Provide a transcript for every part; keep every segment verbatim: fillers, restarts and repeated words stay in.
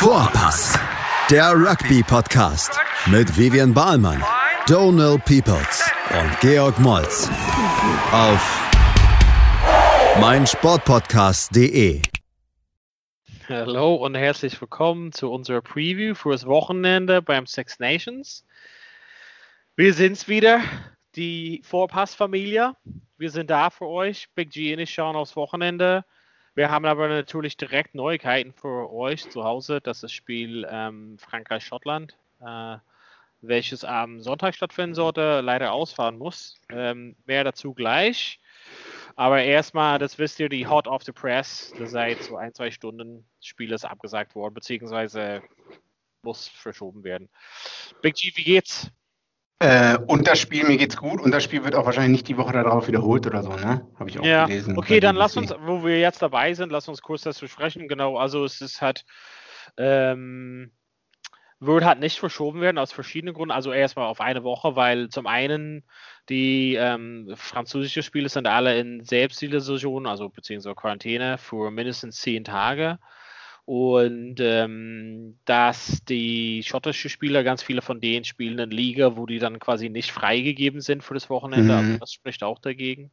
Vorpass, der Rugby-Podcast mit Vivian Bahlmann, Donald Peoples und Georg Moltz auf meinsportpodcast punkt de. Hallo und herzlich willkommen zu unserer Preview für das Wochenende beim Six Nations. Wir sind's wieder, die Vorpass-Familie. Wir sind da für euch. Big G und ich schauen aufs Wochenende. Wir haben aber natürlich direkt Neuigkeiten für euch zu Hause. Das ist das Spiel ähm, Frankreich-Schottland, äh, welches am Sonntag stattfinden sollte, leider ausfahren muss. Ähm, mehr dazu gleich. Aber erstmal, das wisst ihr, die Hot off the Press, das seit so ein, zwei Stunden das Spiel ist abgesagt worden, beziehungsweise muss verschoben werden. Big G, wie geht's? Äh, und das Spiel, mir geht's gut, und das Spiel wird auch wahrscheinlich nicht die Woche darauf wiederholt oder so, ne? Habe ich auch ja. gelesen. Okay, dann lass uns, wo wir jetzt dabei sind, lass uns kurz das besprechen. Genau, also es ist halt, ähm, wird halt nicht verschoben werden aus verschiedenen Gründen. Also erstmal auf eine Woche, weil zum einen die ähm, französischen Spiele sind alle in Selbstisolation, also beziehungsweise Quarantäne für mindestens zehn Tage. Und ähm, dass die schottischen Spieler, ganz viele von denen spielen in Liga, wo die dann quasi nicht freigegeben sind für das Wochenende. Mhm. Also das spricht auch dagegen.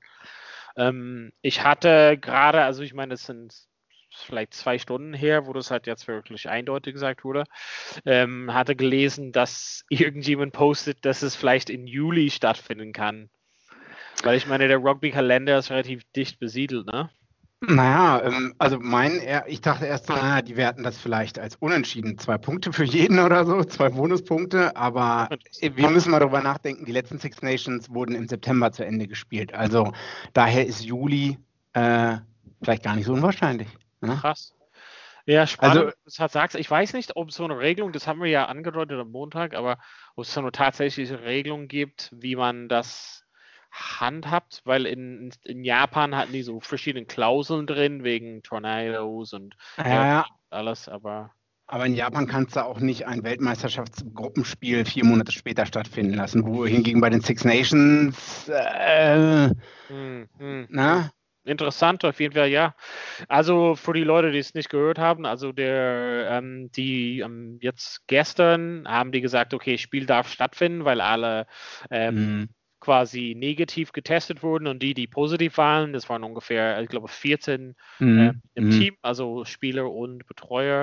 Ähm, ich hatte gerade, also ich meine, es sind vielleicht zwei Stunden her, wo das halt jetzt wirklich eindeutig gesagt wurde, ähm, hatte gelesen, dass irgendjemand postet, dass es vielleicht im Juli stattfinden kann. Weil ich meine, der Rugby-Kalender ist relativ dicht besiedelt, ne? Naja, ähm, also mein, ich dachte erst, naja, die werten das vielleicht als unentschieden. Zwei Punkte für jeden oder so, zwei Bonuspunkte, aber wir müssen mal darüber nachdenken, die letzten Six Nations wurden im September zu Ende gespielt. Also daher ist Juli äh, vielleicht gar nicht so unwahrscheinlich. Ne? Krass. Ja, spannend, also, das hat sagst. Ich weiß nicht, ob es so eine Regelung, das haben wir ja angedeutet am Montag, aber ob es so eine tatsächliche Regelung gibt, wie man das handhabt, weil in, in Japan hatten die so verschiedene Klauseln drin, wegen Tornados und ja, ja. alles, aber... Aber in Japan kannst du auch nicht ein Weltmeisterschaftsgruppenspiel vier Monate später stattfinden lassen, wo hingegen bei den Six Nations äh, hm, hm, na? Interessant, auf jeden Fall, ja. Also für die Leute, die es nicht gehört haben, also der, ähm, die ähm, jetzt gestern haben die gesagt, okay, Spiel darf stattfinden, weil alle ähm, mhm. quasi negativ getestet wurden und die, die positiv waren, das waren ungefähr, ich glaube, vierzehn mhm. äh, im mhm. Team, also Spieler und Betreuer,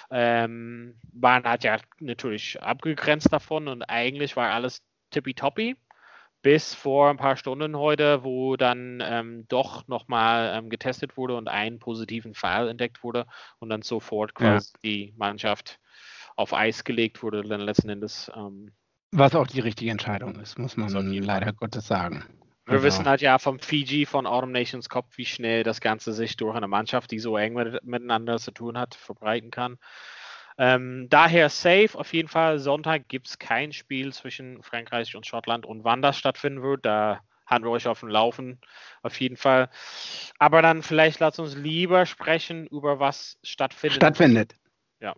ähm, waren halt ja natürlich abgegrenzt davon und eigentlich war alles tippitoppi. Bis vor ein paar Stunden heute, wo dann ähm, doch nochmal ähm, getestet wurde und einen positiven Fall entdeckt wurde und dann sofort quasi ja. die Mannschaft auf Eis gelegt wurde, dann letzten Endes. Ähm, Was auch die richtige Entscheidung ist, muss man leider Gottes sagen. Wir also. wissen halt ja vom Fiji, von Autumn Nations Cup, wie schnell das Ganze sich durch eine Mannschaft, die so eng mit, miteinander zu tun hat, verbreiten kann. Ähm, daher safe, auf jeden Fall. Sonntag gibt es kein Spiel zwischen Frankreich und Schottland und wann das stattfinden wird, da haben wir euch auf dem Laufen, auf jeden Fall. Aber dann vielleicht lasst uns lieber sprechen über was stattfindet. Stattfindet. Ja.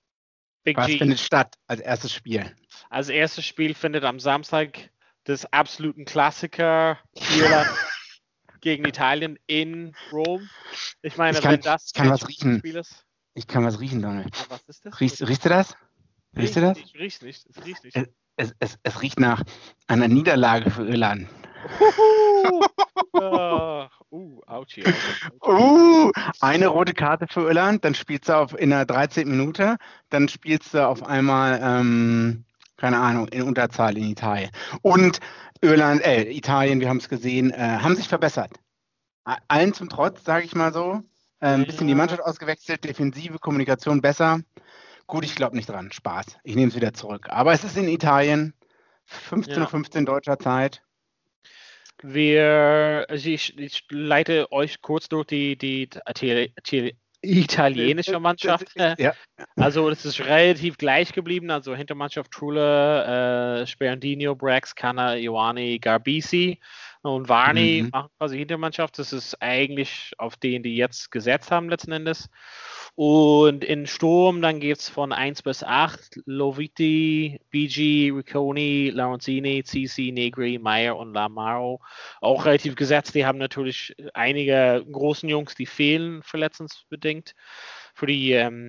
Big was G. findet statt als erstes Spiel? Als erstes Spiel findet am Samstag des absoluten Klassiker Irland gegen Italien in Rom. Ich meine, ich kann, wenn das kann was riechen. Spiel ist. Ich kann was riechen, Donald. Ja, was ist das? Riechst, riechst du das? Riechst du das? Ich riech's nicht. Es riecht nicht. Es, es, es, es riecht nach einer Niederlage für Irland. uh, uh, ouchie, ouchie, ouchie. Uh, eine rote Karte für Irland, dann spielst du auf, in der dreizehnten Minute, dann spielst du auf einmal, ähm, keine Ahnung, in Unterzahl in Italien. Und Irland, äh, Italien, wir haben es gesehen, äh, haben sich verbessert. Allen zum Trotz, sage ich mal so. Ein ähm, bisschen die Mannschaft ausgewechselt, defensive Kommunikation besser. Gut, ich glaube nicht dran. Spaß. Ich nehme es wieder zurück. Aber es ist in Italien. fünfzehn Uhr fünfzehn ja. deutscher Zeit. Wir, also ich, ich leite euch kurz durch die, die, die, die italienische Mannschaft. Ja. Also es ist relativ gleich geblieben. Also Hintermannschaft Trula, äh, Sperandino, Brax, Canna, Ioani, Garbisi und Varney mhm. machen quasi Hintermannschaft. Das ist eigentlich auf den, die jetzt gesetzt haben letzten Endes. Und in Sturm, dann geht es von eins bis acht. Loviti, B G, Ricconi, Lorenzini, Cici, Negri, Meyer und Lamaro. Auch relativ gesetzt. Die haben natürlich einige großen Jungs, die fehlen verletzungsbedingt. Für die ähm,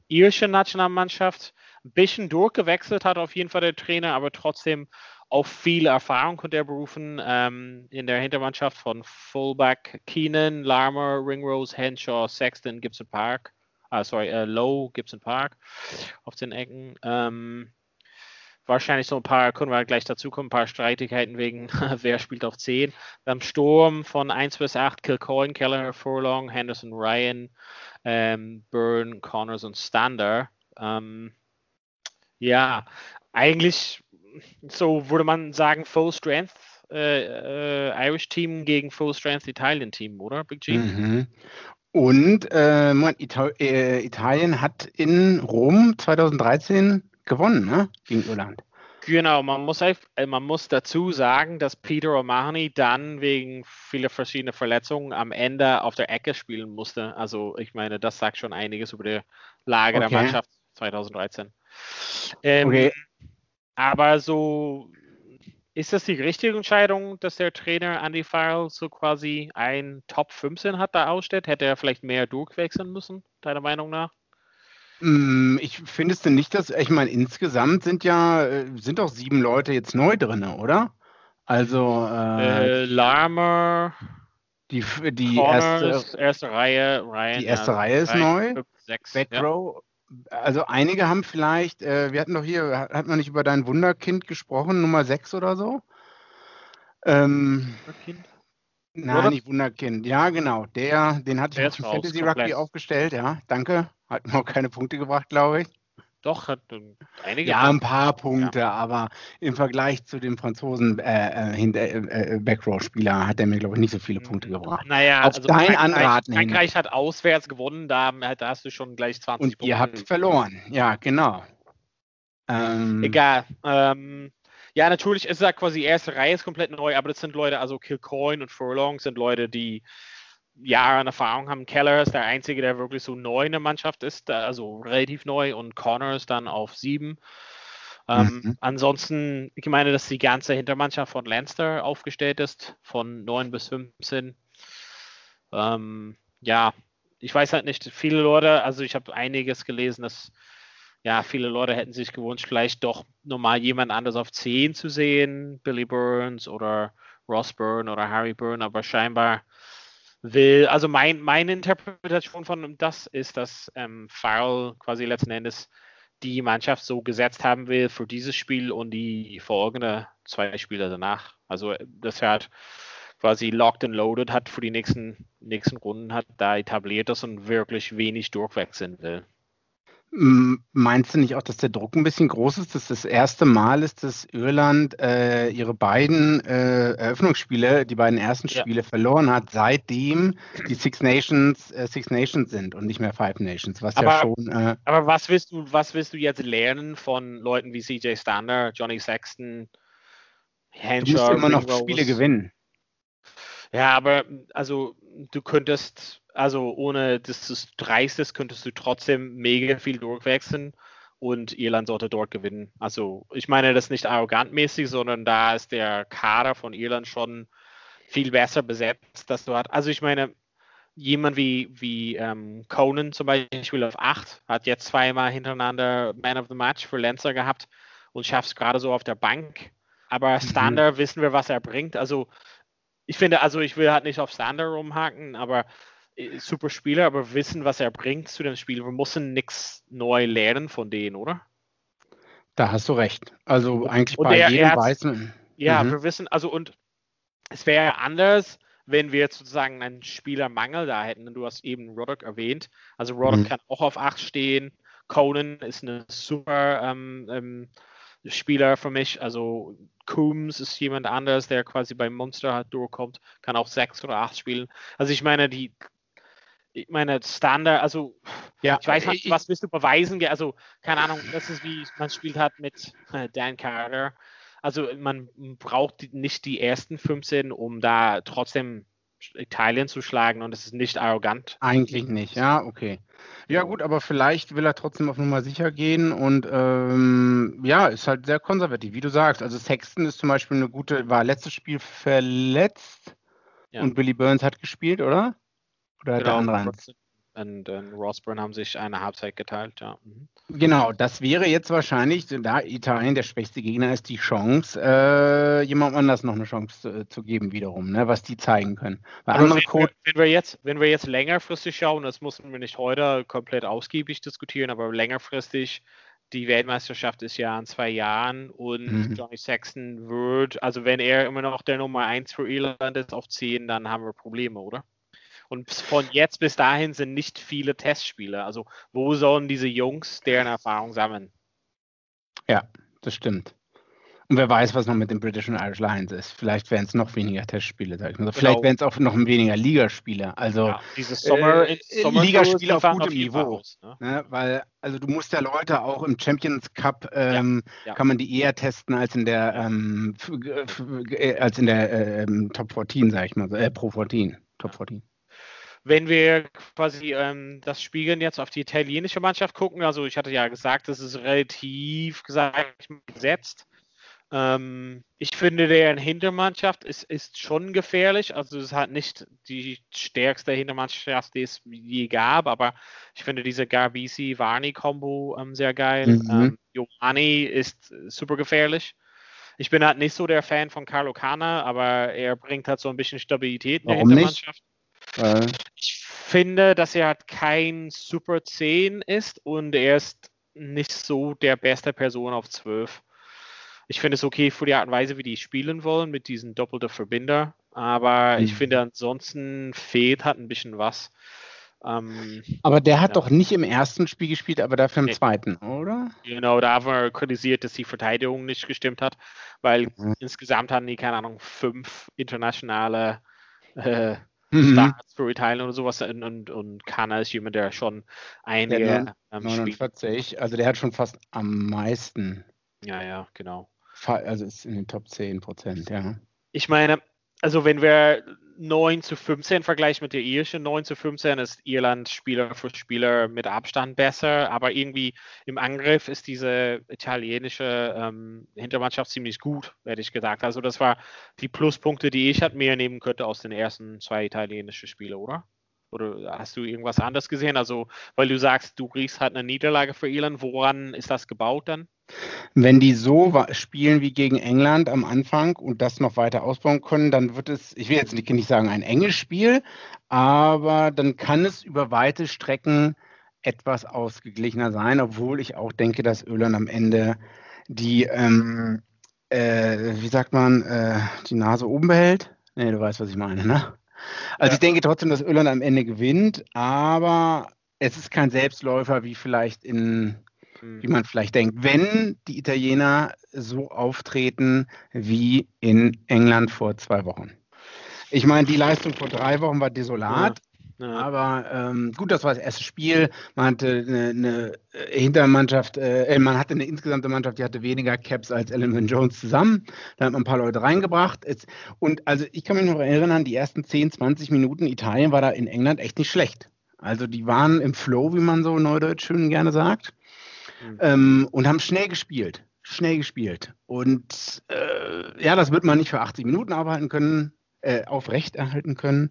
irische Nationalmannschaft. Ein bisschen durchgewechselt hat auf jeden Fall der Trainer, aber trotzdem auf viel Erfahrung konnte er berufen. Ähm, in der Hintermannschaft von Fullback Keenan, Larmer, Ringrose, Henshaw, Sexton, Gibson Park. Ah, sorry, äh, Lowe, Gibson Park auf den Ecken. Ähm, wahrscheinlich so ein paar, können wir gleich dazu kommen, ein paar Streitigkeiten wegen, wer spielt auf zehn. Dann Sturm von eins bis acht, Kilcoyne, Keller, Furlong, Henderson, Ryan, ähm, Byrne, Connors und Stander. Ähm, ja, eigentlich, so würde man sagen, Full Strength äh, äh, Irish Team gegen Full Strength Italian Team, oder, Big G? Mhm. Und äh, Ita- äh, Italien hat in Rom zweitausenddreizehn gewonnen, ne? Gegen Irland. Genau, man muss, man muss dazu sagen, dass Peter O'Mahony dann wegen vieler verschiedener Verletzungen am Ende auf der Ecke spielen musste. Also ich meine, das sagt schon einiges über die Lage Okay. der Mannschaft zweitausenddreizehn. Ähm, Okay. Aber so, ist das die richtige Entscheidung, dass der Trainer Andy Farrell so quasi ein Top fünfzehn hat da ausstellt? Hätte er vielleicht mehr durchwechseln müssen, deiner Meinung nach? Mm, Ich finde es denn nicht, dass, ich meine, insgesamt sind ja, äh, sind doch sieben Leute jetzt neu drin, oder? Also äh, Äh, Larmer, die, die erste, Connors, erste Reihe, Ryan, die erste ja, Reihe ist drei, neu. fünf, sechs, Back ja. Row. Also einige haben vielleicht, äh, wir hatten doch hier, hat hat man nicht über dein Wunderkind gesprochen, Nummer sechs oder so? Ähm, Kind. nein, Oder? nicht Wunderkind. Ja, genau. Der, den hatte ich Der auch ist im raus, Fantasy komplett. Rugby aufgestellt, ja. Danke. Hat mir auch keine Punkte gebracht, glaube ich. Doch, hat ähm, einige Ja, ein Punkte. paar Punkte, aber im Vergleich zu dem Franzosen äh, äh, äh, äh, Backrow-Spieler hat er mir, glaube ich, nicht so viele Punkte gebracht. Naja, Auf also dein Frankreich, Anraten hin. Frankreich hat auswärts gewonnen, da, da hast du schon gleich zwanzig Und Punkte. ihr habt verloren. Ja, genau. Ähm, Egal. Ähm, ja, natürlich ist es ja quasi, die erste Reihe ist komplett neu, aber das sind Leute, also Kilcoyne und Furlong sind Leute, die Jahre an Erfahrung haben. Keller ist der Einzige, der wirklich so neu in der Mannschaft ist, also relativ neu, und Connors dann auf sieben. Ähm, mhm. Ansonsten, ich meine, dass die ganze Hintermannschaft von Leinster aufgestellt ist, von neun bis fünfzehn. Ähm, ja, ich weiß halt nicht, viele Leute, also ich habe einiges gelesen, dass ja, viele Leute hätten sich gewünscht, vielleicht doch nochmal jemand anders auf zehn zu sehen, Billy Burns oder Ross Byrne oder Harry Byrne, aber scheinbar will, also mein, meine Interpretation von das ist, dass ähm, Farrell quasi letzten Endes die Mannschaft so gesetzt haben will für dieses Spiel und die folgenden zwei Spiele danach. Also das hat quasi locked and loaded, hat für die nächsten, nächsten Runden hat da etabliert ist und wirklich wenig durchwechseln will. Meinst du nicht auch, dass der Druck ein bisschen groß ist, dass das erste Mal ist, dass Irland äh, ihre beiden äh, Eröffnungsspiele, die beiden ersten Ja. Spiele verloren hat, seitdem die Six Nations äh, Six Nations sind und nicht mehr Five Nations, was aber, ja schon... Äh, aber was willst du, was willst du jetzt lernen von Leuten wie C J Stander, Johnny Sexton, Henshaw, du musst immer noch Ringrose? Spiele gewinnen. Ja, aber also du könntest, also ohne dass du es dreistest, könntest du trotzdem mega viel durchwechseln und Irland sollte dort gewinnen. Also ich meine das nicht arrogantmäßig, sondern da ist der Kader von Irland schon viel besser besetzt, dass du hast. Also ich meine, jemand wie, wie ähm, Conan zum Beispiel auf acht hat jetzt zweimal hintereinander Man of the Match für Leinster gehabt und schafft es gerade so auf der Bank. Aber Stander, mhm. wissen wir, was er bringt. Also ich finde, also ich will halt nicht auf Stander rumhaken, aber äh, super Spieler, aber wissen, was er bringt zu dem Spiel. Wir müssen nichts neu lernen von denen, oder? Da hast du recht. Also und, eigentlich und bei der, jedem weißen... Ja, mhm. wir wissen, also und es wäre anders, wenn wir jetzt sozusagen einen Spielermangel da hätten. Du hast eben Roddick erwähnt. Also Roddick mhm. kann auch auf acht stehen. Conan ist eine super ähm, ähm, Spieler für mich. Also Coombs ist jemand anderes, der quasi beim Munster halt durchkommt, kann auch sechs oder acht spielen. Also ich meine, die, ich meine, Standard, also ja, ich weiß nicht, ich, was willst du beweisen? Also, keine Ahnung, das ist wie man spielt hat mit äh, Dan Carter. Also man braucht nicht die ersten fünfzehn, um da trotzdem Italien zu schlagen, und es ist nicht arrogant. Eigentlich nicht, ja, okay. Ja gut, aber vielleicht will er trotzdem auf Nummer sicher gehen und ähm, ja, ist halt sehr konservativ, wie du sagst. Also Sexton ist zum Beispiel eine gute, war letztes Spiel verletzt ja. und Billy Burns hat gespielt, oder? Oder hat genau, der andere? und, und Rosburn haben sich eine Halbzeit geteilt, ja. Mhm. Genau, das wäre jetzt wahrscheinlich, da Italien der schwächste Gegner ist, die Chance, äh, jemand anders noch eine Chance zu, zu geben wiederum, ne, was die zeigen können. Weil Aber andere wenn Coach, wir, wenn, wir jetzt, wenn wir jetzt längerfristig schauen, das müssen wir nicht heute komplett ausgiebig diskutieren, aber längerfristig, die Weltmeisterschaft ist ja in zwei Jahren und Mhm. Johnny Sexton wird, also wenn er immer noch der Nummer eins für Irland ist auf zehn, dann haben wir Probleme, oder? Und von jetzt bis dahin sind nicht viele Testspiele. Also wo sollen diese Jungs deren Erfahrung sammeln? Ja, das stimmt. Und wer weiß, was noch mit den British und Irish Lions ist. Vielleicht wären es noch weniger Testspiele, sag ich mal. Also Genau. vielleicht wären es auch noch weniger Ligaspiele. Also ja, diese Sommer, äh, Sommer Ligaspiele auf gutem auf jeden Fall Niveau. aus, ne? Ne? Weil, also du musst ja Leute auch im Champions Cup ähm, Ja, ja. kann man die eher testen als in der Ja. ähm, f- f- äh, als in der ähm, Top vierzehn, sag ich mal, so, äh, Pro vierzehn. Top vierzehn. Wenn wir quasi ähm, das Spiegeln jetzt auf die italienische Mannschaft gucken, also ich hatte ja gesagt, das ist relativ gesagt gesetzt. Ähm, ich finde, deren Hintermannschaft ist, ist schon gefährlich. Also es ist halt nicht die stärkste Hintermannschaft, die es je gab, aber ich finde diese Garbisi-Varni-Kombo ähm, sehr geil. Mhm. Ähm, Giovanni ist super gefährlich. Ich bin halt nicht so der Fan von Carlo Cana, aber er bringt halt so ein bisschen Stabilität in Warum der nicht? Hintermannschaft. Äh, Ich finde, dass er halt kein Super zehn ist und er ist nicht so der beste Person auf zwölf. Ich finde es okay für die Art und Weise, wie die spielen wollen mit diesen doppelten Verbinder, aber Mhm. ich finde ansonsten fehlt halt ein bisschen was. Ähm, aber der hat ja. doch nicht im ersten Spiel gespielt, aber dafür im Nee. zweiten, oder? Genau, da haben wir kritisiert, dass die Verteidigung nicht gestimmt hat, weil Mhm. insgesamt hatten die, keine Ahnung, fünf internationale äh, Mhm. Starts für Italien oder sowas und, und, und Kana ist jemand, der schon einige Der neun- ähm, Spiele. neunundvierzig, also der hat schon fast am meisten, Ja, ja, genau. Fa- also ist in den Top zehn Prozent, ja. Ich meine, also wenn wir neun zu fünfzehn vergleichen mit der irischen, neun zu fünfzehn ist Irland Spieler für Spieler mit Abstand besser, aber irgendwie im Angriff ist diese italienische ähm, Hintermannschaft ziemlich gut, hätte ich gesagt. Also das war die Pluspunkte, die ich halt mehr nehmen könnte aus den ersten zwei italienischen Spielen, oder? Oder hast du irgendwas anderes gesehen? Also, weil du sagst, du riechst halt eine Niederlage für Irland. Woran ist das gebaut dann? Wenn die so wa- spielen wie gegen England am Anfang und das noch weiter ausbauen können, dann wird es, ich will jetzt nicht, nicht sagen ein enges Spiel, aber dann kann es über weite Strecken etwas ausgeglichener sein, obwohl ich auch denke, dass Irland am Ende die, ähm, äh, wie sagt man, äh, die Nase oben behält. Nee, du weißt, was ich meine, ne? Also Ja. ich denke trotzdem, dass Irland am Ende gewinnt, aber es ist kein Selbstläufer wie vielleicht in, Hm. wie man vielleicht denkt, wenn die Italiener so auftreten wie in England vor zwei Wochen. Ich meine, die Leistung vor drei Wochen war desolat. Ja. Aber ähm, gut, das war das erste Spiel. Man hatte eine, eine Hintermannschaft, äh, man hatte eine insgesamte Mannschaft, die hatte weniger Caps als Ellen Jones zusammen. Da hat man ein paar Leute reingebracht. Es, und also ich kann mich noch erinnern, die ersten zehn, zwanzig Minuten Italien war da in England echt nicht schlecht. Also die waren im Flow, wie man so neudeutsch schön gerne sagt, Mhm. ähm, und haben schnell gespielt. Schnell gespielt. Und äh, ja, das wird man nicht für achtzig Minuten arbeiten können, äh, aufrechterhalten können.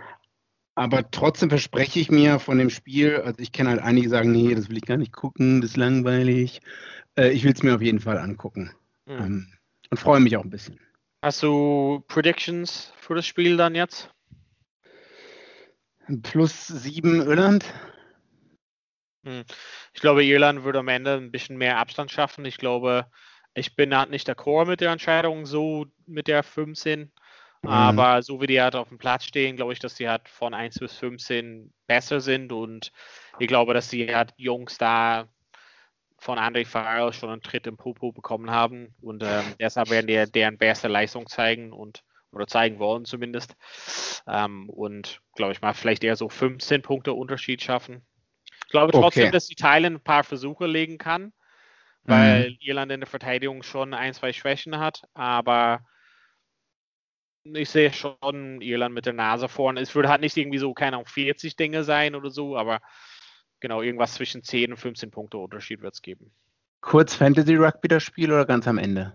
Aber trotzdem verspreche ich mir von dem Spiel, also ich kenne halt einige, die sagen, nee, das will ich gar nicht gucken, das ist langweilig. Äh, ich will es mir auf jeden Fall angucken. Mhm. Ähm, und freue mich auch ein bisschen. Hast du Predictions für das Spiel dann jetzt? Plus sieben Irland. Hm. Ich glaube, Irland würde am Ende ein bisschen mehr Abstand schaffen. Ich glaube, ich bin halt nicht d'accord mit der Entscheidung, so mit der fünfzehn. Mhm. Aber so wie die halt auf dem Platz stehen, glaube ich, dass die halt von eins bis fünfzehn besser sind. Und ich glaube, dass die halt Jungs da von André Farrell schon einen Tritt im Popo bekommen haben. Und ähm, deshalb werden die deren beste Leistung zeigen und oder zeigen wollen zumindest. Ähm, und glaube ich mal, vielleicht eher so fünfzehn Punkte Unterschied schaffen. Ich glaube trotzdem, Okay. dass Italien ein paar Versuche legen kann, weil mhm. Irland in der Verteidigung schon ein, zwei Schwächen hat, aber ich sehe schon Irland mit der Nase vorn. Es würde halt nicht irgendwie so, keine Ahnung, vierzig Dinge sein oder so, aber genau, irgendwas zwischen zehn und fünfzehn Punkte Unterschied wird es geben. Kurz Fantasy Rugby das Spiel oder ganz am Ende?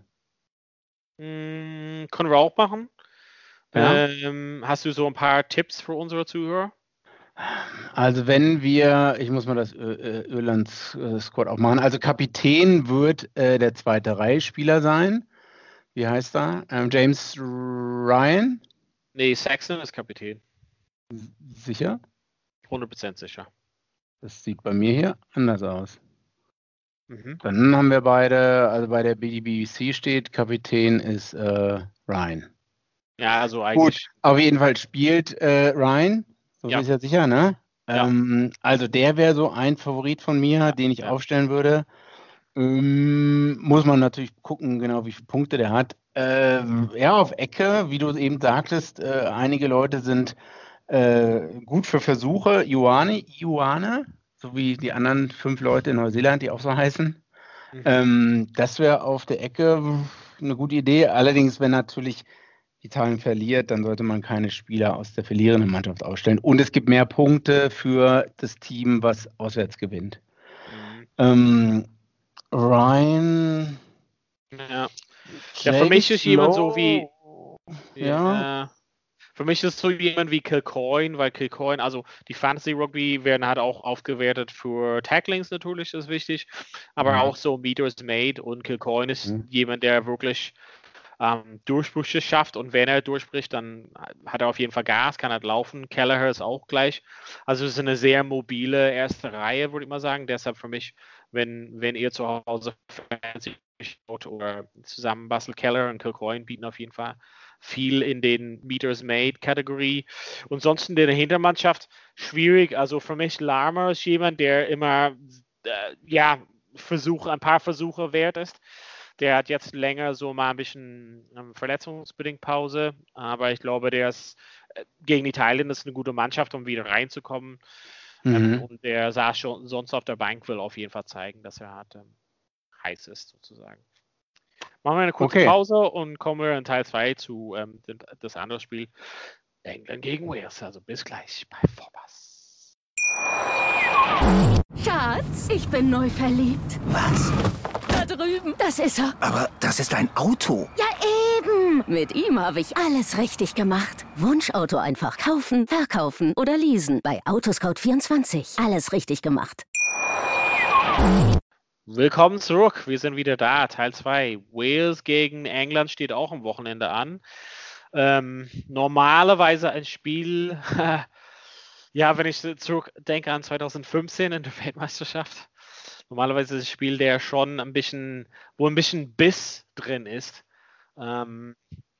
Hm, können wir auch machen. Ja. Ähm, hast du so ein paar Tipps für unsere Zuhörer? Also wenn wir, ich muss mal das Ö- Irlands äh, Squad auch machen. Also Kapitän wird äh, der zweite Reihe-Spieler sein. Wie heißt er? Ähm, James Ryan? Nee, Saxon ist Kapitän. Sicher? hundert Prozent sicher. Das sieht bei mir hier anders aus. Mhm. Dann haben wir beide, also bei der B D B C steht, Kapitän ist äh, Ryan. Ja, also Gut, eigentlich. auf jeden Fall spielt äh, Ryan, so Ja. viel ist ja sicher, ne? Ja. Ähm, also der wäre so ein Favorit von mir, den ich ja. aufstellen würde. Ähm, muss man natürlich gucken, genau wie viele Punkte der hat. Ähm, ja, auf Ecke, wie du eben sagtest, äh, einige Leute sind äh, gut für Versuche. Ioane, Ioane, so wie die anderen fünf Leute in Neuseeland, die auch so heißen. Mhm. Ähm, das wäre auf der Ecke eine gute Idee. Allerdings, wenn natürlich Italien verliert, dann sollte man keine Spieler aus der verlierenden Mannschaft aufstellen. Und es gibt mehr Punkte für das Team, was auswärts gewinnt. Mhm. Ähm, Ryan. Ja. ja, für mich ist jemand so wie. Ja. Äh, für mich ist so jemand wie Kilcoyne, weil Kilcoyne, also die Fantasy Rugby werden halt auch aufgewertet für Tacklings natürlich, ist wichtig, aber Mhm. auch so Meters made und Kilcoyne ist Mhm. jemand, der wirklich ähm, Durchbrüche schafft und wenn er durchbricht, dann hat er auf jeden Fall Gas, kann halt laufen. Kelleher ist auch gleich. Also es ist eine sehr mobile erste Reihe, würde ich mal sagen. Deshalb für mich, wenn, wenn ihr zu Hause Fantasy schaut oder zusammen bastelt, Kelleher und Kilcoyne bieten auf jeden Fall viel in den Meters Made Kategorie. Und sonst in der Hintermannschaft schwierig. Also für mich Larmer ist jemand, der immer äh, ja Versuch, ein paar Versuche wert ist. Der hat jetzt länger so mal ein bisschen ähm, verletzungsbedingt Pause, aber ich glaube, der ist äh, gegen Italien ist eine gute Mannschaft, um wieder reinzukommen. Mhm. Ähm, und der saß schon sonst auf der Bank, will auf jeden Fall zeigen, dass er halt, ähm, heiß ist, sozusagen. Machen wir eine kurze Okay. Pause und kommen wir in Teil zwei zu ähm, das andere Spiel. England gegen Wales. Also bis gleich bei Vorpass. Schatz, ich bin neu verliebt. Was? Da drüben. Das ist er. Aber das ist ein Auto. Ja, eben. Mit ihm habe ich alles richtig gemacht. Wunschauto einfach kaufen, verkaufen oder leasen. Bei Autoscout vierundzwanzig. Alles richtig gemacht. Willkommen zurück. Wir sind wieder da. Teil zwei. Wales gegen England steht auch am Wochenende an. Ähm, normalerweise ein Spiel, ja, wenn ich zurückdenke an zwanzig fünfzehn in der Weltmeisterschaft. Normalerweise ist das Spiel, der schon ein bisschen, wo ein bisschen Biss drin ist. Ähm,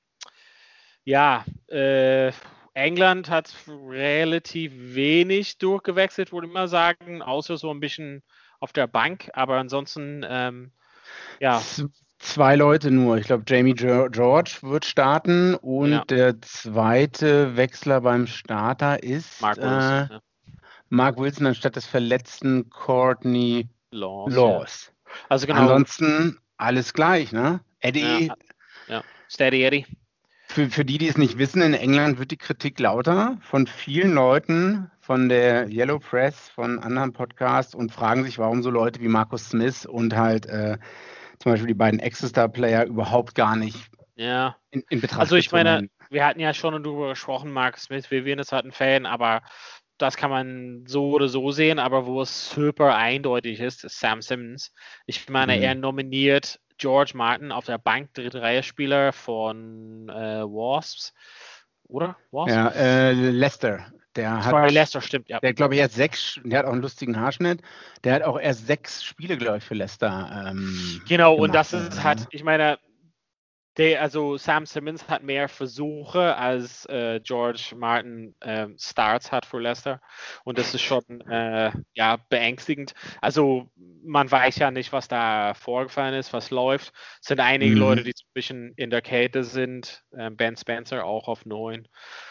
ja, äh, England hat relativ wenig durchgewechselt, würde ich mal sagen, außer so ein bisschen auf der Bank, aber ansonsten, ähm, ja. Z- Zwei Leute nur. Ich glaube, Jamie Jo- George wird starten und Ja. der zweite Wechsler beim Starter ist Mark Wilson, äh, ja. Mark Wilson anstatt des verletzten Courtney Laws. Laws. Ja. Also genau. Ansonsten alles gleich, ne? Eddie. Ja, ja. Steady Eddie. Für, für die, die es nicht wissen, in England wird die Kritik lauter von vielen Leuten, von der Yellow Press, von anderen Podcasts und fragen sich, warum so Leute wie Marcus Smith und halt äh, zum Beispiel die beiden Extra-Player überhaupt gar nicht ja. in, in Betracht Also ich meine, werden. wir hatten ja schon darüber gesprochen, Marcus Smith, Vivian ist halt ein Fan, aber das kann man so oder so sehen, aber wo es super eindeutig ist, ist Sam Simmons. Ich meine, Mhm. er nominiert George Martin auf der Bank, dritte Reihe Spieler von äh, Wasps, oder? Wasps? Ja, äh, Leicester. Der hat, Sorry, Leicester, stimmt, ja. Der hat, glaube ich, erst sechs, der hat auch einen lustigen Haarschnitt. Der hat auch erst sechs Spiele, glaube ich, für Leicester. Ähm, genau, gemacht. und das ist halt, ich meine, der, also Sam Simmons hat mehr Versuche als äh, George Martin äh, Starts hat für Leicester und das ist schon äh, ja, beängstigend. Also man weiß ja nicht, was da vorgefallen ist, was läuft. Es sind einige Mhm. Leute, die so ein bisschen in der Kälte sind. Äh, Ben Spencer auch auf neun.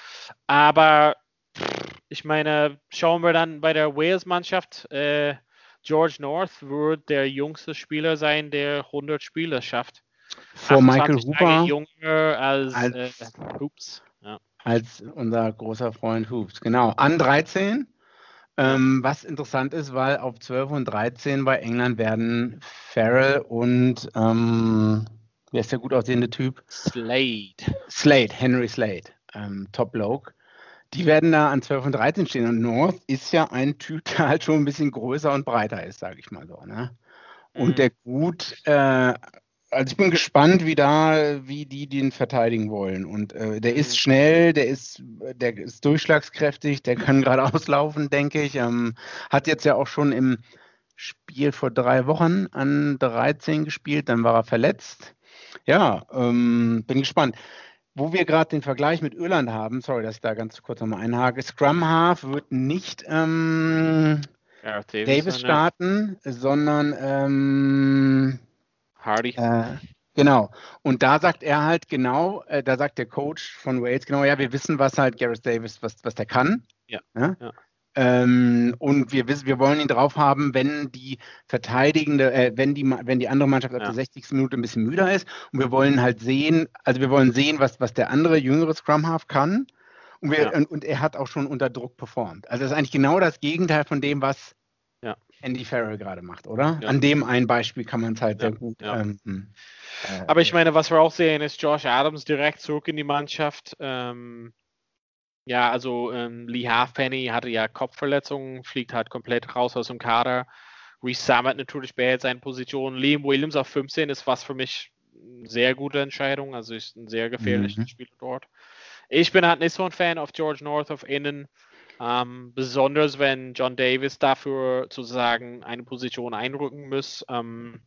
Aber ich meine, schauen wir dann bei der Wales-Mannschaft. Äh, George North wird der jüngste Spieler sein, der hundert Spiele schafft. Vor Michael Hooper jünger als, als, äh, Hoops. Ja. als unser großer Freund Hoops. Genau, an dreizehn. Ähm, was interessant ist, weil auf zwölf und dreizehn bei England werden Farrell und ähm, wer ist der gut aussehende Typ? Slade. Slade, Henry Slade, ähm, Top Bloke. Die werden da an zwölf und dreizehn stehen. Und North ist ja ein Typ, der halt schon ein bisschen größer und breiter ist, sage ich mal so. Ne? Und Mhm. der gut, äh, also ich bin gespannt, wie da, wie die den verteidigen wollen. Und äh, der ist Mhm. schnell, der ist, der ist durchschlagskräftig, der kann geradeaus laufen, denke ich. Ähm, hat jetzt ja auch schon im Spiel vor drei Wochen an dreizehn gespielt, dann war er verletzt. Ja, ähm, bin gespannt. Wo wir gerade den Vergleich mit Irland haben, sorry, dass ich da ganz kurz nochmal einhake, Scrum Half wird nicht ähm, Gareth Davis Davis, ne? starten, sondern ähm, Hardy. äh, genau. Und da sagt er halt genau, äh, da sagt der Coach von Wales genau, ja, wir wissen, was halt Gareth Davis, was, was der kann. Ja. Ja? Ja. Ähm, und wir wissen, wir wollen ihn drauf haben, wenn die verteidigende, äh, wenn die, wenn die andere Mannschaft ab Ja. der sechzigsten Minute ein bisschen müder ist. Und wir wollen halt sehen, also wir wollen sehen, was, was der andere jüngere Scrum Half kann. Und, wir, Ja. und, und er hat auch schon unter Druck performt. Also das ist eigentlich genau das Gegenteil von dem, was Ja. Andy Farrell gerade macht, oder? Ja. An dem einen Beispiel kann man es halt Ja. sehr gut. Ja. Ähm, äh, Aber ich meine, was wir auch sehen, ist Josh Adams direkt zurück in die Mannschaft. Ähm, ja, also ähm, Lee Halfpenny hatte ja Kopfverletzungen, fliegt halt komplett raus aus dem Kader. Reece Summit natürlich behält seine Position. Liam Williams auf fünfzehn ist was für mich eine sehr gute Entscheidung. Also ist ein sehr gefährlicher Mhm. Spieler dort. Ich bin halt nicht so ein Fan auf George North auf Innen. Ähm, besonders wenn John Davis dafür sozusagen eine Position einrücken muss. Ähm,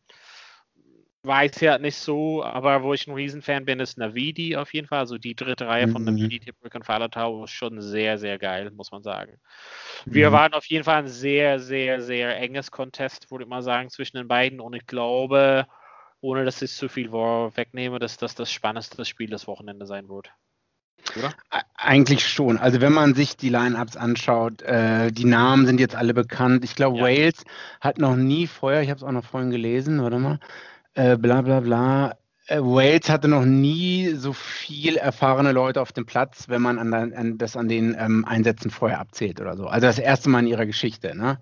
weiß ja nicht so, aber wo ich ein Riesenfan bin, ist Navidi auf jeden Fall. Also die dritte Reihe von Mhm. Navidi, Tipperick und Falatau ist schon sehr, sehr geil, muss man sagen. Wir Mhm. waren auf jeden Fall ein sehr, sehr, sehr enges Contest, würde ich mal sagen, zwischen den beiden. Und ich glaube, ohne dass ich zu viel wegnehme, dass das das spannendste Spiel des Wochenende sein wird. Oder? Eigentlich schon. Also wenn man sich die Line-Ups anschaut, äh, die Namen sind jetzt alle bekannt. Ich glaube, Ja. Wales hat noch nie vorher, ich habe es auch noch vorhin gelesen, warte mal, äh, bla bla bla. Äh, Wales hatte noch nie so viel erfahrene Leute auf dem Platz, wenn man an, an, das an den ähm, Einsätzen vorher abzählt oder so. Also das erste Mal in ihrer Geschichte. Ne?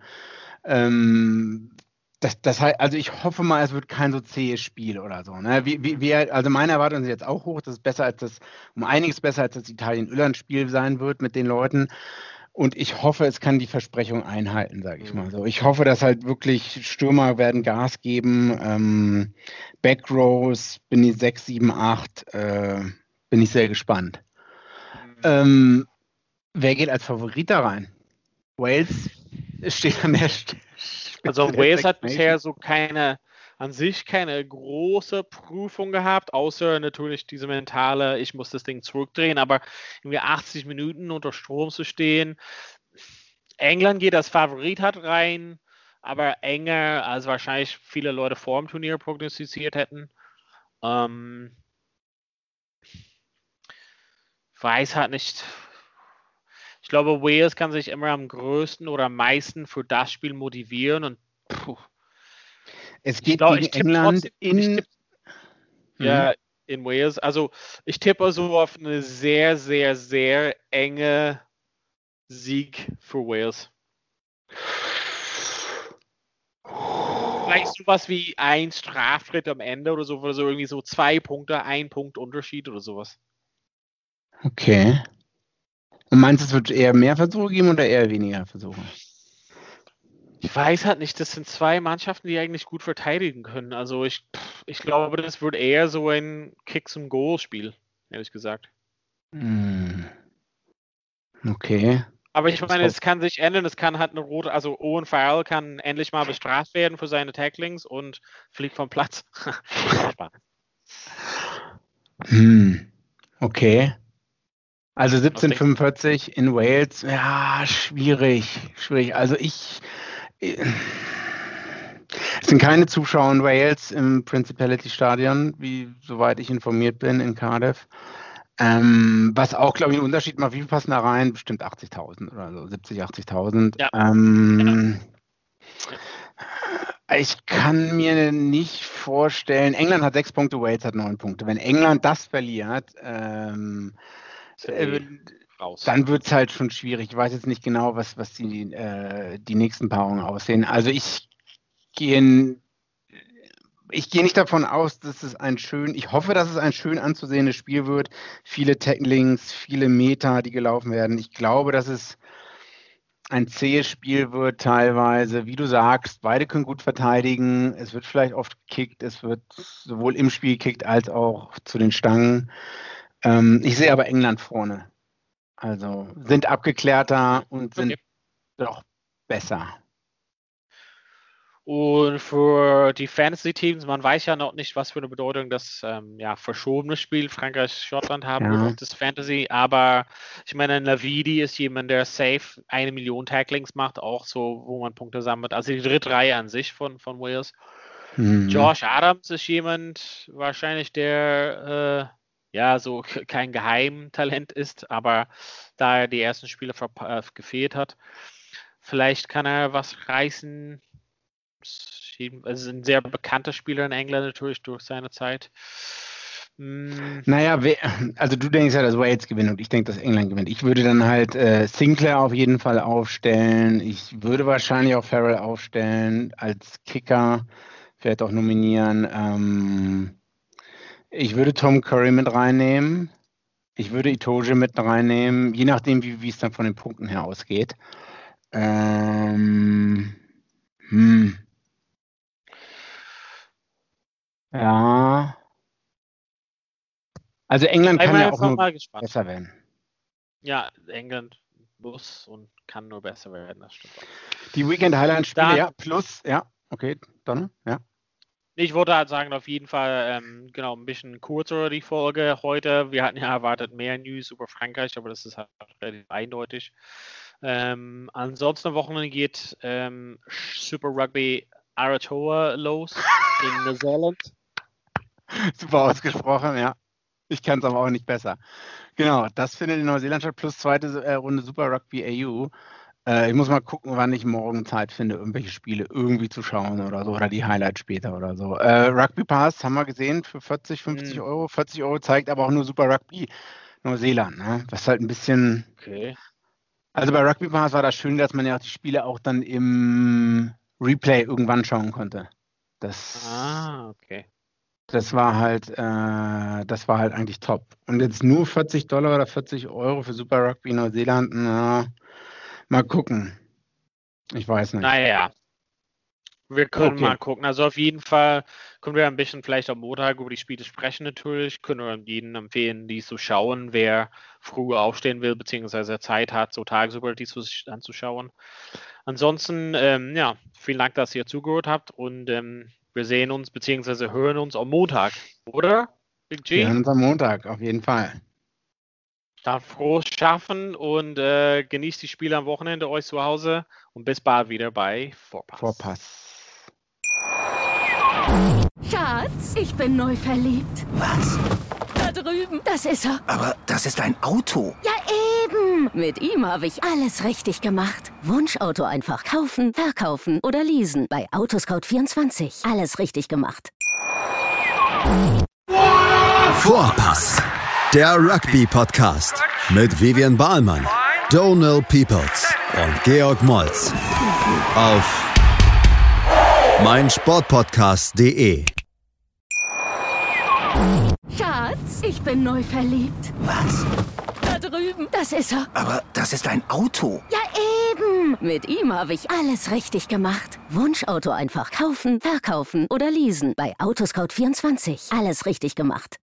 Ähm, das, das heißt, also ich hoffe mal, es wird kein so zähes Spiel oder so. Ne? Wie, wie, wie, also meine Erwartungen sind jetzt auch hoch, dass es besser als das, um einiges besser als das Italien-Irland-Spiel sein wird mit den Leuten. Und ich hoffe, es kann die Versprechung einhalten, sage ich Mhm. mal so. Ich hoffe, dass halt wirklich Stürmer werden Gas geben. Ähm, Backrows bin ich sechs, sieben, acht. Äh, bin ich sehr gespannt. Mhm. Ähm, wer geht als Favorit da rein? Wales steht an der Stelle. Also Wales hat bisher so keine, an sich keine große Prüfung gehabt, außer natürlich diese mentale, ich muss das Ding zurückdrehen, aber irgendwie achtzig Minuten unter Strom zu stehen. England geht als Favorit hat rein, aber enger, als wahrscheinlich viele Leute vor dem Turnier prognostiziert hätten. Ähm, weiß halt nicht. Ich glaube, Wales kann sich immer am größten oder am meisten für das Spiel motivieren und puh, Es ich geht glaube, gegen ich tippe England trotzdem, in. ich tippe, ja, in Wales. Also ich tippe so auf eine sehr, sehr, sehr enge Sieg für Wales. Vielleicht sowas wie ein Straftritt am Ende oder so, oder so irgendwie so zwei Punkte, ein Punkt Unterschied oder sowas. Okay. Und meinst du, es wird eher mehr Versuche geben oder eher weniger Versuche? Ich weiß halt nicht, das sind zwei Mannschaften, die eigentlich gut verteidigen können. Also ich, ich glaube, das wird eher so ein Kicks-and-Goal-Spiel, ehrlich gesagt. Hm. Okay. Aber ich meine, Das es kann sich ändern, es kann halt eine rote, also Owen Farrell kann endlich mal bestraft werden für seine Tacklings und fliegt vom Platz. Spaß. Hm. Okay. Also Was denkst du? siebzehn fünfundvierzig in Wales, ja, schwierig, schwierig. Also ich, äh, es sind keine Zuschauer in Wales im Principality Stadion, wie soweit ich informiert bin, in Cardiff. Ähm, was auch, glaube ich, einen Unterschied macht. Wie viel passen da rein? Bestimmt achtzigtausend oder so, siebzig, achtzigtausend. Ja. Ähm, Ja. Ich kann mir nicht vorstellen, England hat sechs Punkte, Wales hat neun Punkte. Wenn England das verliert, ähm, äh, raus. dann wird es halt schon schwierig. Ich weiß jetzt nicht genau, was, was die, äh, die nächsten Paarungen aussehen. Also ich gehe ich gehe nicht davon aus, dass es ein schön, ich hoffe, dass es ein schön anzusehendes Spiel wird. Viele Tacklings, viele Meter, die gelaufen werden. Ich glaube, dass es ein zähes Spiel wird teilweise. Wie du sagst, beide können gut verteidigen. Es wird vielleicht oft gekickt. Es wird sowohl im Spiel gekickt als auch zu den Stangen. Ähm, ich sehe aber England vorne. Also sind abgeklärter und sind okay. Doch besser. Und für die Fantasy-Teams, man weiß ja noch nicht, was für eine Bedeutung das ähm, ja, verschobene Spiel Frankreich-Schottland haben ja. wird, das Fantasy, aber ich meine, Navidi ist jemand, der safe eine Million Tacklings macht, auch so, wo man Punkte sammelt, also die dritte Reihe an sich von, von Wales. Mhm. Josh Adams ist jemand, wahrscheinlich der äh, ja, so kein Geheimtalent ist, aber da er die ersten Spiele äh, gefehlt hat, vielleicht kann er was reißen. Also ein sehr bekannter Spieler in England natürlich durch seine Zeit. Hm. Naja, also du denkst ja, dass Wales gewinnt und ich denke, dass England gewinnt. Ich würde dann halt äh, Sinclair auf jeden Fall aufstellen. Ich würde wahrscheinlich auch Farrell aufstellen als Kicker. Vielleicht auch nominieren. Ähm, ich würde Tom Curry mit reinnehmen. Ich würde Itoje mit reinnehmen, je nachdem, wie, wie es dann von den Punkten her ausgeht. Ähm, hm. Ja. Also England kann ja auch nur besser werden. Ja, England muss und kann nur besser werden, das stimmt auch. Die Weekend Highlight-Spiele, ja, plus, ja, okay, Donner, ja. Ich wollte halt sagen, auf jeden Fall, ähm, genau, ein bisschen kürzer die Folge heute. Wir hatten ja erwartet mehr News über Frankreich, aber das ist halt relativ eindeutig. Ähm, ansonsten am Wochenende geht ähm, Super Rugby Aratoa los in Neuseeland. Super ausgesprochen, ja. Ich kann es aber auch nicht besser. Genau, das findet in Neuseeland statt, plus zweite äh, Runde Super Rugby A U. Äh, ich muss mal gucken, wann ich morgen Zeit finde, irgendwelche Spiele irgendwie zu schauen oder so, oder die Highlights später oder so. Äh, Rugby Pass haben wir gesehen für vierzig, fünfzig mhm. Euro. vierzig Euro zeigt aber auch nur Super Rugby Neuseeland, ne? Was halt ein bisschen... Okay. Also bei Rugby Pass war das schön, dass man ja auch die Spiele auch dann im Replay irgendwann schauen konnte. Das, ah, okay. Das war halt, äh, das war halt eigentlich top. Und jetzt nur vierzig Dollar oder vierzig Euro für Super Rugby Neuseeland, na, mal gucken. Ich weiß nicht. Naja. Wir können okay. mal gucken. Also auf jeden Fall können wir ein bisschen vielleicht am Montag über die Spiele sprechen natürlich. Können wir jedem empfehlen, die zu schauen, wer früh aufstehen will, beziehungsweise Zeit hat, so tagsüber die zu, anzuschauen. Ansonsten, ähm, ja, vielen Dank, dass ihr zugehört habt und ähm, wir sehen uns, beziehungsweise hören uns am Montag, oder? Big G? Wir hören uns am Montag, auf jeden Fall. Dann frohes Schaffen und äh, genießt die Spiele am Wochenende euch zu Hause und bis bald wieder bei Vorpass. Vorpass. Schatz, ich bin neu verliebt. Was? Da drüben. Das ist er. Aber das ist ein Auto. Ja, eben. Mit ihm habe ich alles richtig gemacht. Wunschauto einfach kaufen, verkaufen oder leasen. Bei Autoscout vierundzwanzig. Alles richtig gemacht. Vorpass. Der Rugby-Podcast. Mit Vivian Bahlmann, Donald Peoples und Georg Moltz. Auf meinsportpodcast punkt de. Schatz, ich bin neu verliebt. Was? Da drüben. Das ist er. Aber das ist ein Auto. Ja, eben. Mit ihm habe ich alles richtig gemacht. Wunschauto einfach kaufen, verkaufen oder leasen. Bei Autoscout vierundzwanzig. Alles richtig gemacht.